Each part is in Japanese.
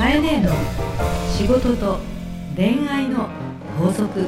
かえねえの仕事と恋愛の法則。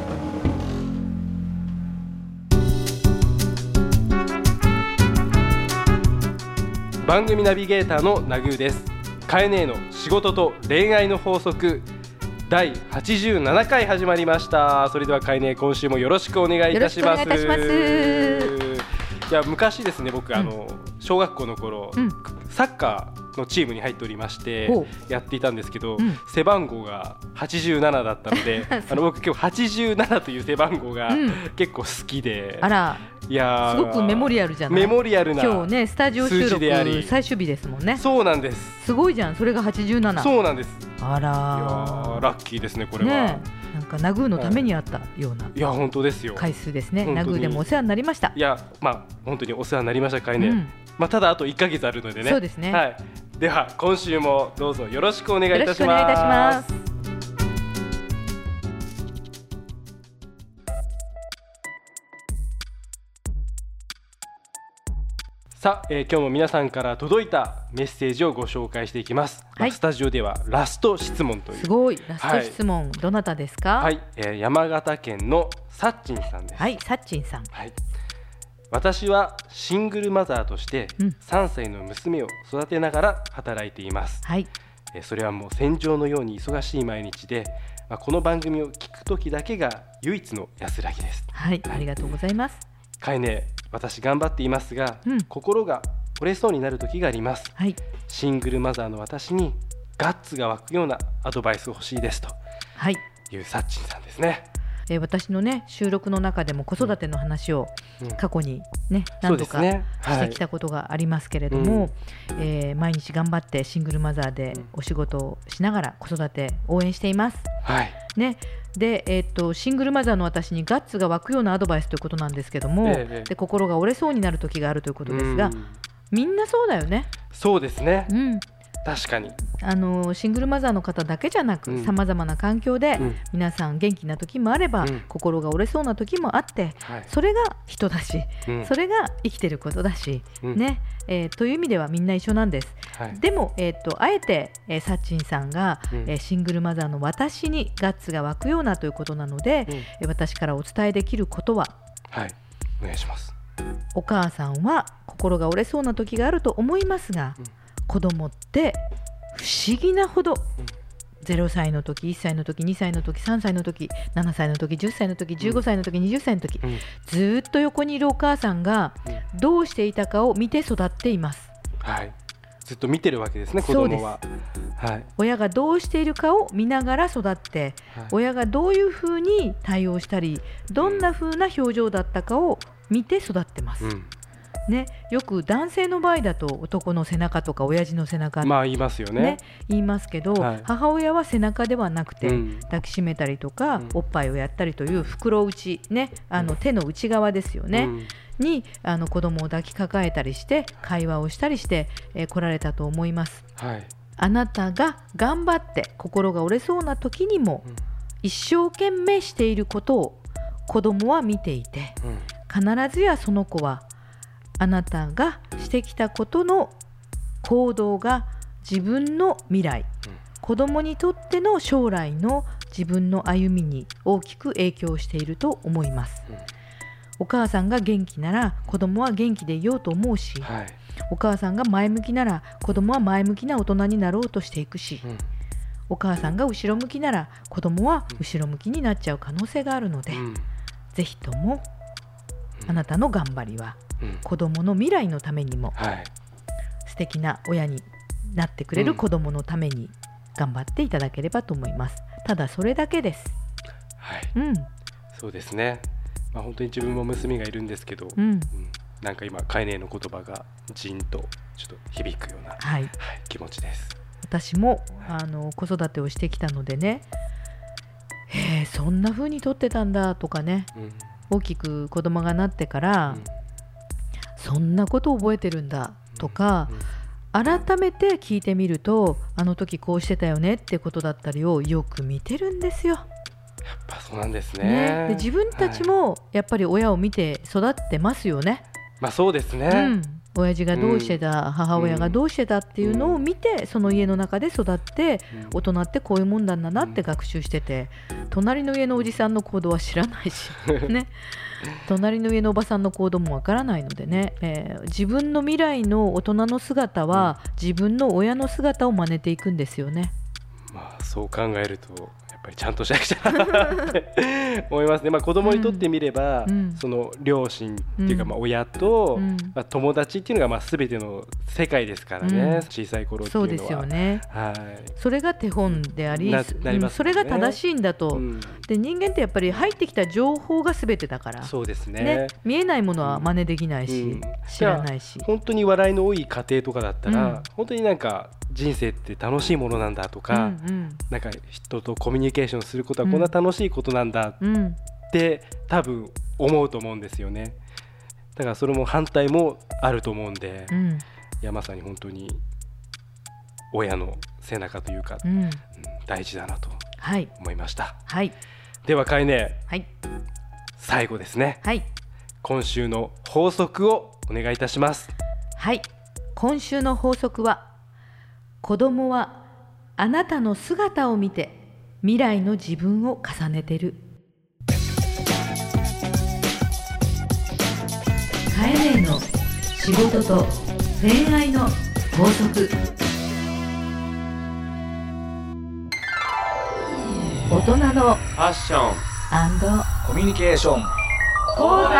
番組ナビゲーターのナグーです。かえねえの仕事と恋愛の法則第87回始まりました。それではかえねえ、今週もよろしくお願いいたします。いや、昔ですね、僕、小学校の頃、サッカーのチームに入っておりましてやっていたんですけど、背番号が87だったので僕今日87という背番号が結構好きで、 あら、 いやすごくメモリアルじゃない。 メモリアルな今日ね、スタジオ収録最終日ですもんね。 そうなんです。 すごいじゃん、それが87。そうなんです。 あら、 いやラッキーですね、これは、 ね、なんかナグーのためにあったような、 いや本当ですよ、 回数ですね。ナグーでもお世話になりました。 いや、本当にお世話になりましたかいね、ただあと1ヶ月あるのでね。 そうですね、 はい、では今週もどうぞよろしくお願いいたします。 よろしくお願いいたします。 さあ、今日も皆さんから届いたメッセージをご紹介していきます。スタジオではラスト質問という。 すごい、ラスト質問、どなたですか？ はい、山形県のさっちんさんです。 はい、さっちんさん。 はい、私はシングルマザーとして3歳の娘を育てながら働いています。 はい、 それはもう戦場のように忙しい毎日で、この番組を聞くときだけが唯一の安らぎです。 はい、ありがとうございます。 かえね、私頑張っていますが、心が折れそうになる時があります。 はい、 シングルマザーの私にガッツが湧くようなアドバイス欲しいですというさっちんさんですね。 私のね、収録の中でも子育ての話を過去にね、何度かしてきたことがありますけれども、毎日頑張ってシングルマザーでお仕事をしながら子育て応援しています。 はいね、で、シングルマザーの私にガッツが湧くようなアドバイスということなんですけども、で心が折れそうになる時があるということですが、みんなそうだよね。 そうですね、確かにシングルマザーの方だけじゃなく、さまざまな環境で、皆さん元気な時もあれば、心が折れそうな時もあって、それが人だし、それが生きてることだし、ね、という意味ではみんな一緒なんです。でも、あえて、さっちんさんが、シングルマザーの私にガッツが湧くようなということなので、私からお伝えできることは、 お願いします。 お母さんは心が折れそうな時があると思いますが、子供って不思議なほど、0歳の時、1歳の時、2歳の時、3歳の時、7歳の時、10歳の時、15歳の時、20歳の時、ずっと横にいるお母さんがどうしていたかを見て育っています。 ずっと見てるわけですね、子供は。 親がどうしているかを見ながら育って、親がどういうふうに対応したり、どんなふうな表情だったかを見て育ってます。ね、よく男性の場合だと男の背中とか親父の背中、 言いますよね。 言いますけど、母親は背中ではなくて、抱きしめたりとか、おっぱいをやったりという袋打ち、ね、手の内側ですよね、に子供を抱きかかえたりして会話をしたりして来られたと思います。あなたが頑張って心が折れそうな時にも、一生懸命していることを子供は見ていて、必ずやその子はあなたがしてきたことの行動が自分の未来、子供にとっての将来の自分の歩みに大きく影響していると思います。お母さんが元気なら子供は元気でいようと思うし、お母さんが前向きなら子供は前向きな大人になろうとしていくし、お母さんが後ろ向きなら子供は後ろ向きになっちゃう可能性があるので、ぜひともあなたの頑張りは子供の未来のためにも、素敵な親になってくれる子供のために頑張っていただければと思います。ただそれだけです。 そうですね、本当に自分も娘がいるんですけど、なんか今かえねえの言葉がじんとちょっと響くような、気持ちです。 私も子育てをしてきたのでね、そんな風に撮ってたんだとかね、大きく子供がなってから、そんなこと覚えてるんだとか、改めて聞いてみると、あの時こうしてたよねってことだったりをよく見てるんですよ。やっぱそうなんですね。 で自分たちもやっぱり親を見て育ってますよね。 そうですね、 親父がどうしてた、母親がどうしてたっていうのを見て、その家の中で育って、大人ってこういうもんなんだなって学習してて、隣の家のおじさんの行動は知らないしね隣の家のおばさんの行動もわからないのでね、自分の未来の大人の姿は、自分の親の姿を真似ていくんですよね。 そう考えるとやっぱりちゃんとしなくちゃなって思いますね。子供にとってみれば、その両親っていうか、親と、友達っていうのが全ての世界ですからね、小さい頃っていうのは。そうですよね、はい、それが手本であり、それが正しいんだと、で人間ってやっぱり入ってきた情報が全てだから。そうですね、見えないものは真似できないし、知らないし。本当に笑いの多い家庭とかだったら、本当になんか人生って楽しいものなんだとか、なんか人とコミュニケーションすることはこんな楽しいことなんだって多分思うと思うんですよね。だからそれも反対もあると思うんで、いやまさに本当に親の背中というか、大事だなと思いました、はい、ではかえね、最後ですね、今週の法則をお願いいたします。はい、今週の法則は、子供はあなたの姿を見て未来の自分を重ねてる。カエネの仕事と恋愛の法則。大人のファッション&コミュニケーション講座。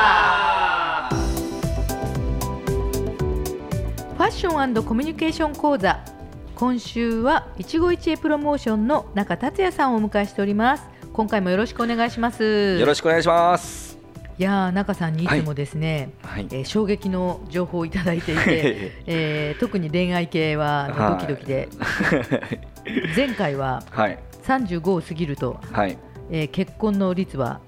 ファッション&コミュニケーション講座。今週は一期一会プロモーションの中達也さんをお迎えしております。今回もよろしくお願いします。よろしくお願いします。いや中さんにいつもですね、衝撃の情報をいただいていて、特に恋愛系はドキドキで前回は35を過ぎると、結婚の率は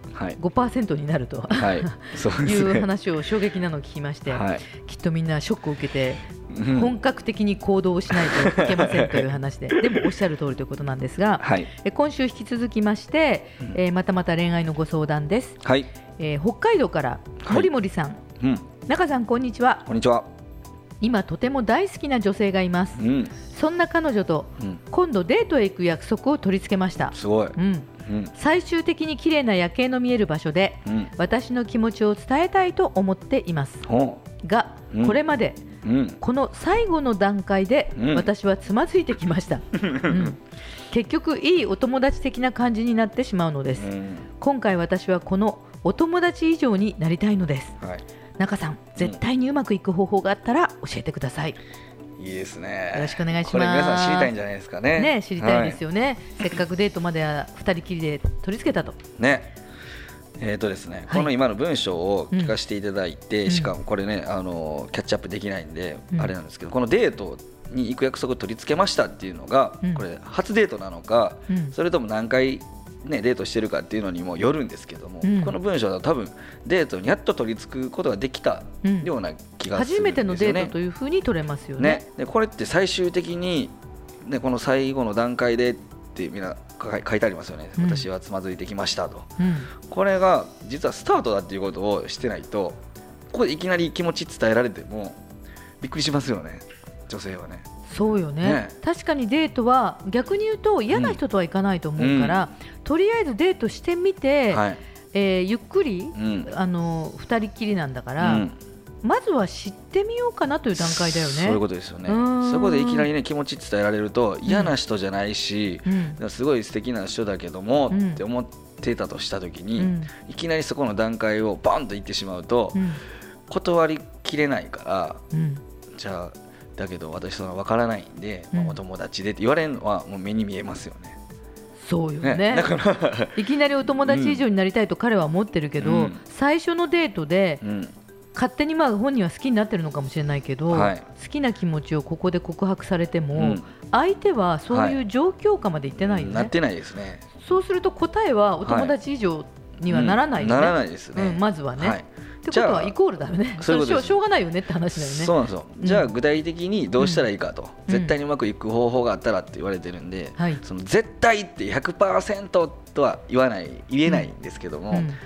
5% になると、いう話を衝撃なのを聞きまして、きっとみんなショックを受けて本格的に行動をしないといけませんという話ででもおっしゃる通りということなんですが、今週引き続きまして、またまた恋愛のご相談です、北海道からもりもりさん、中さんこんにちは。こんにちは。今とても大好きな女性がいます、そんな彼女と、今度デートへ行く約束を取り付けました。すごい、最終的に綺麗な夜景の見える場所で、私の気持ちを伝えたいと思っていますが、これまで、この最後の段階で私はつまずいてきました、結局いいお友達的な感じになってしまうのです、今回私はこのお友達以上になりたいのです、中さん絶対にうまくいく方法があったら教えてください。いいですね。よろしくお願いします。これ皆さん知りたいんじゃないですかね。ね、知りたいですよね、せっかくデートまでは2人きりで取り付けたとね。ですね、この今の文章を聞かせていただいて、しかもこれねキャッチアップできないんで、あれなんですけど、このデートに行く約束を取り付けましたっていうのが、これ初デートなのか、それとも何回デートしてるかっていうのにもよるんですけども、この文章だと多分デートにやっと取り付くことができたような気がするんですよね。初めてのデートというふうに取れますよね。でこれって最終的に、この最後の段階でってみんな書いてありますよね、私はつまずいてきましたと、これが実はスタートだっていうことをしてないと、ここでいきなり気持ち伝えられてもびっくりしますよね、女性はね。そうよね、確かにデートは逆に言うと嫌な人とはいかないと思うから、とりあえずデートしてみて、ゆっくり、2人きりなんだから、まずは知ってみようかなという段階だよね。そういうことですよね。そこでいきなりね気持ち伝えられると、嫌な人じゃないし、すごい素敵な人だけども、って思ってたとした時に、いきなりそこの段階をバンと言ってしまうと、断りきれないから、じゃあだけど私その分からないんで、お友達でって言われるのはもう目に見えますよね。そうよね。だからいきなりお友達以上になりたいと彼は思ってるけど、最初のデートで、勝手に本人は好きになってるのかもしれないけど、好きな気持ちをここで告白されても、相手はそういう状況下までいってないよね。なってないですね。そうすると答えはお友達以上にはならないよね。ならないですね、まずはね。ってことはイコールだよね。しょうがないよねって話だよね。そうなんですよ。じゃあ具体的にどうしたらいいかと、絶対にうまくいく方法があったらって言われてるんで、その絶対って 100% とは言えないんですけども、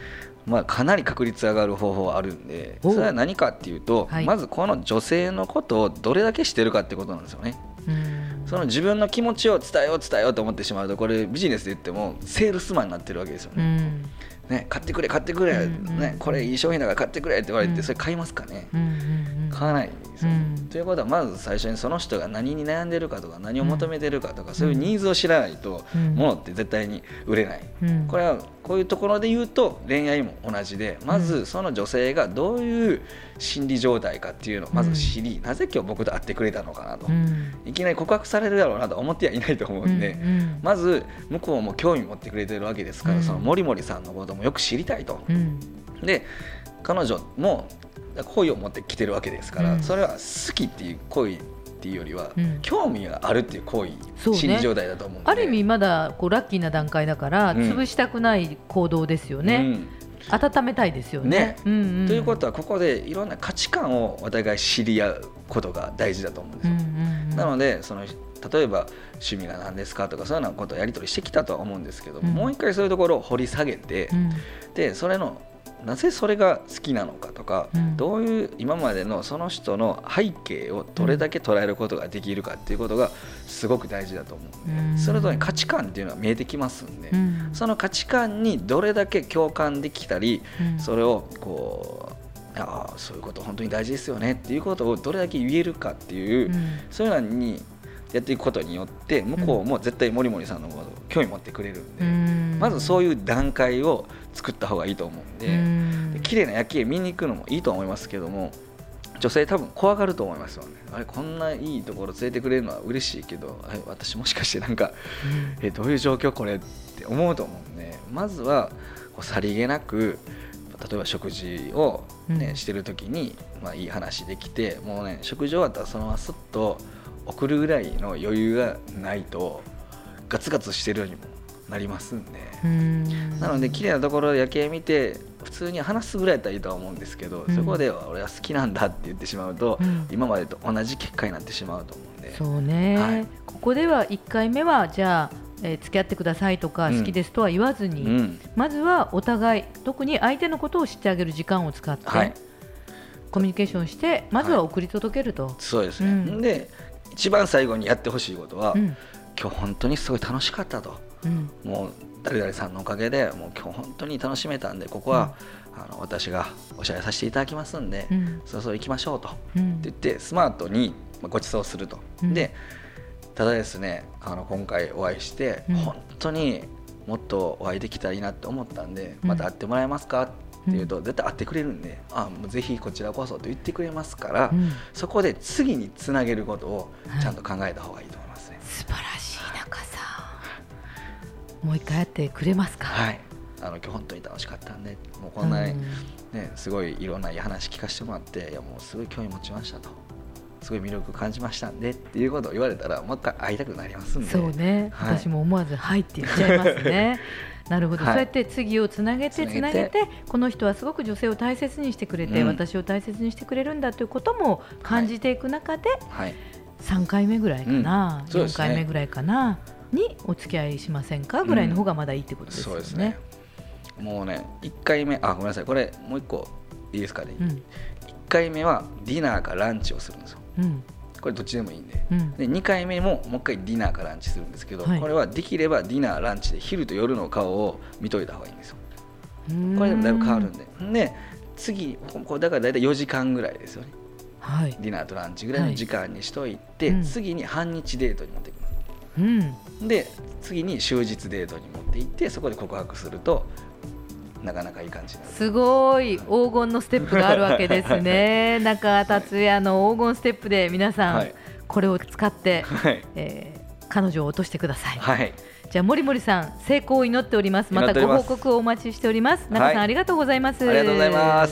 かなり確率上がる方法はあるんで、それは何かっていうと、まずこの女性のことをどれだけしてるかってことなんですよね。その自分の気持ちを伝えようと思ってしまうと、これビジネスで言ってもセールスマンになってるわけですよね。買ってくれ、これいい商品だから買ってくれって言われて、それ買いますかね、買わないんですよ、ということはまず最初にその人が何に悩んでるかとか何を求めてるかとか、そういうニーズを知らないと物って絶対に売れない、これはこういうところで言うと恋愛も同じで、まずその女性がどういう心理状態かっていうのをまず知り、なぜ今日僕と会ってくれたのかなと、いきなり告白されるだろうなと思ってはいないと思うんで、まず向こうも興味持ってくれてるわけですから、そのモリモリさんのこともよく知りたいと、で彼女も好意を持ってきてるわけですから、それは好きっていう行為っていうよりは、興味があるっていう行為、心理状態だと思うんで、 ある意味まだこうラッキーな段階だから、潰したくない行動ですよね、温めたいですよね。ということはここでいろんな価値観をお互い知り合うことが大事だと思うんですよ。なので例えば趣味が何ですかとかそういうようなことをやり取りしてきたとは思うんですけども、もう一回そういうところを掘り下げて、でそれのなぜそれが好きなのかとか、どういう今までのその人の背景をどれだけ捉えることができるかっていうことがすごく大事だと思うんで、それと価値観っていうのは見えてきますんで、その価値観にどれだけ共感できたり、それをこうそういうこと本当に大事ですよねっていうことをどれだけ言えるかっていう、そういうのにやっていくことによって向こうも絶対モリモリさんのことを興味持ってくれるんで、まずそういう段階を作った方がいいと思うんで、綺麗な夜景見に行くのもいいと思いますけども、女性多分怖がると思いますよね。あれこんないいところ連れてくれるのは嬉しいけど、私もしかしてなんか、どういう状況これって思うと思うんで、まずはこうさりげなく例えば食事を、してる時に、いい話できて、もうね食事終わったらそのまますっと送るぐらいの余裕がないとガツガツしてるようにもなりますんで、なので綺麗なところで夜景見て普通に話すぐらいだったらいいとは思うんですけど、そこでは俺は好きなんだって言ってしまうと、今までと同じ結果になってしまうと思うんで、 そうね、ここでは1回目はじゃあ付き合ってくださいとか好きですとは言わずに、まずはお互い特に相手のことを知ってあげる時間を使って、コミュニケーションしてまずは送り届けると、 そうですね、で一番最後にやってほしいことは、今日本当にすごい楽しかったと、もう誰々さんのおかげでもう今日本当に楽しめたんで、ここは、私がおしゃれさせていただきますんで、そろそろ行きましょうと、って言ってスマートにご馳走すると、でただですね、今回お会いして、本当にもっとお会いできたらいいなって思ったんで、また会ってもらえますかって言うと、絶対会ってくれるんで、もうぜひこちらこそと言ってくれますから、そこで次につなげることをちゃんと考えた方がいいと思いますね。 素晴らしい中さん、もう一回やってくれますか。 今日本当に楽しかったんで、もうこんなに、すごいいろんないい話聞かせてもらって、いやもうすごい興味持ちましたと、すごい魅力感じましたんでっていうことを言われたら、もう一回会いたくなりますんで。 そうね、私も思わずはいって言っちゃいますね。なるほど、そうやって次をつなげてこの人はすごく女性を大切にしてくれて、私を大切にしてくれるんだということも感じていく中で、3回目ぐらいかな、4回目ぐらいかなにお付き合いしませんかぐらいの方がまだいいってことですよね。そうですね。 もうね、1回目ごめんなさい、これもう1個いいですかね、1回目はディナーかランチをするんですよ、これどっちでもいいんで、で2回目ももう1回ディナーかランチするんですけど、これはできればディナーランチで昼と夜の顔を見といた方がいいんですよ。これでもだいぶ変わるんで、で次これだからだいたい4時間ぐらいですよね、ディナーとランチぐらいの時間にしといて、次に半日デートに持っていきます、で次に終日デートに持っていって、そこで告白するとなかなかいい感じになる。 すごい黄金のステップがあるわけですね。中達也の黄金ステップで皆さん、これを使って、彼女を落としてください。じゃあ森森さん、成功を祈っております。またご報告をお待ちしております。中さん、ありがとうございます。 ありがとうございます。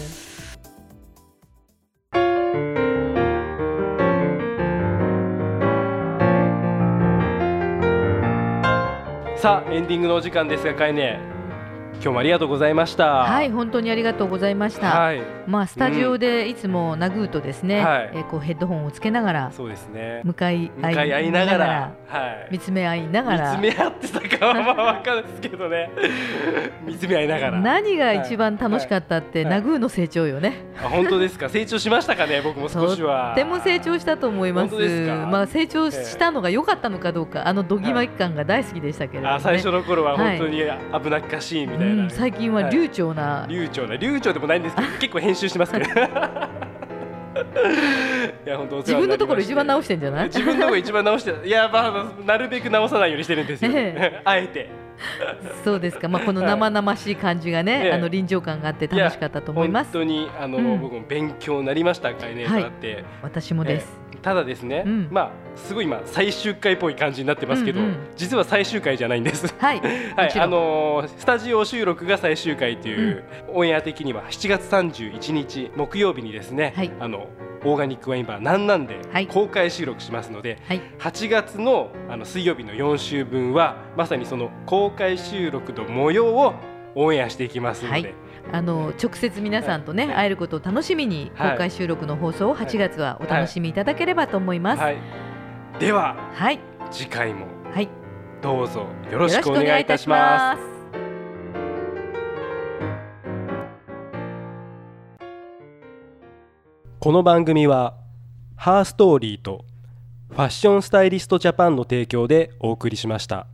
さあエンディングのお時間ですが、かえね、今日もありがとうございました。 はい、本当にありがとうございました。 スタジオでいつもナグーとですね、こうヘッドホンをつけながら、 そうですね、 向かい合いながら、見つめ合いながら、 見つめ合ってたかは分かるんですけどね見つめ合いながら、 何が一番楽しかったって、ナグーの成長よね。 本当ですか？成長しましたかね？僕も少しはとっても成長したと思います。 本当ですか？ 成長したのが良かったのかどうか、ドギマギ感が大好きでしたけれども、ね、 最初の頃は本当に危なっかしいみたいな、 最近は流暢な、 流暢でもないんですけど結構編集してますけどいや本当自分のところ一番直してんじゃない？ 自分のところ一番直して、いやなるべく直さないようにしてるんですよ、あえて。 そうですか、この生々しい感じがね、臨場感があって楽しかったと思います。 本当に僕も勉強になりました。カイネーとあって、 私もです。 ただですね、すごい今最終回っぽい感じになってますけど、実は最終回じゃないんです。 はい、 スタジオ収録が最終回という、オンエア的には7月31日木曜日にですね、オーガニックワインバーなんなんで公開収録しますので、8月の水曜日の4週分はまさにその公開収録の模様をオンエアしていきますので、 直接皆さんとね、会えることを楽しみに、公開収録の放送を8月はお楽しみいただければと思います。 では、次回もどうぞよろしくお願いいたします。この番組はハーストーリーとファッションスタイリストジャパンの提供でお送りしました。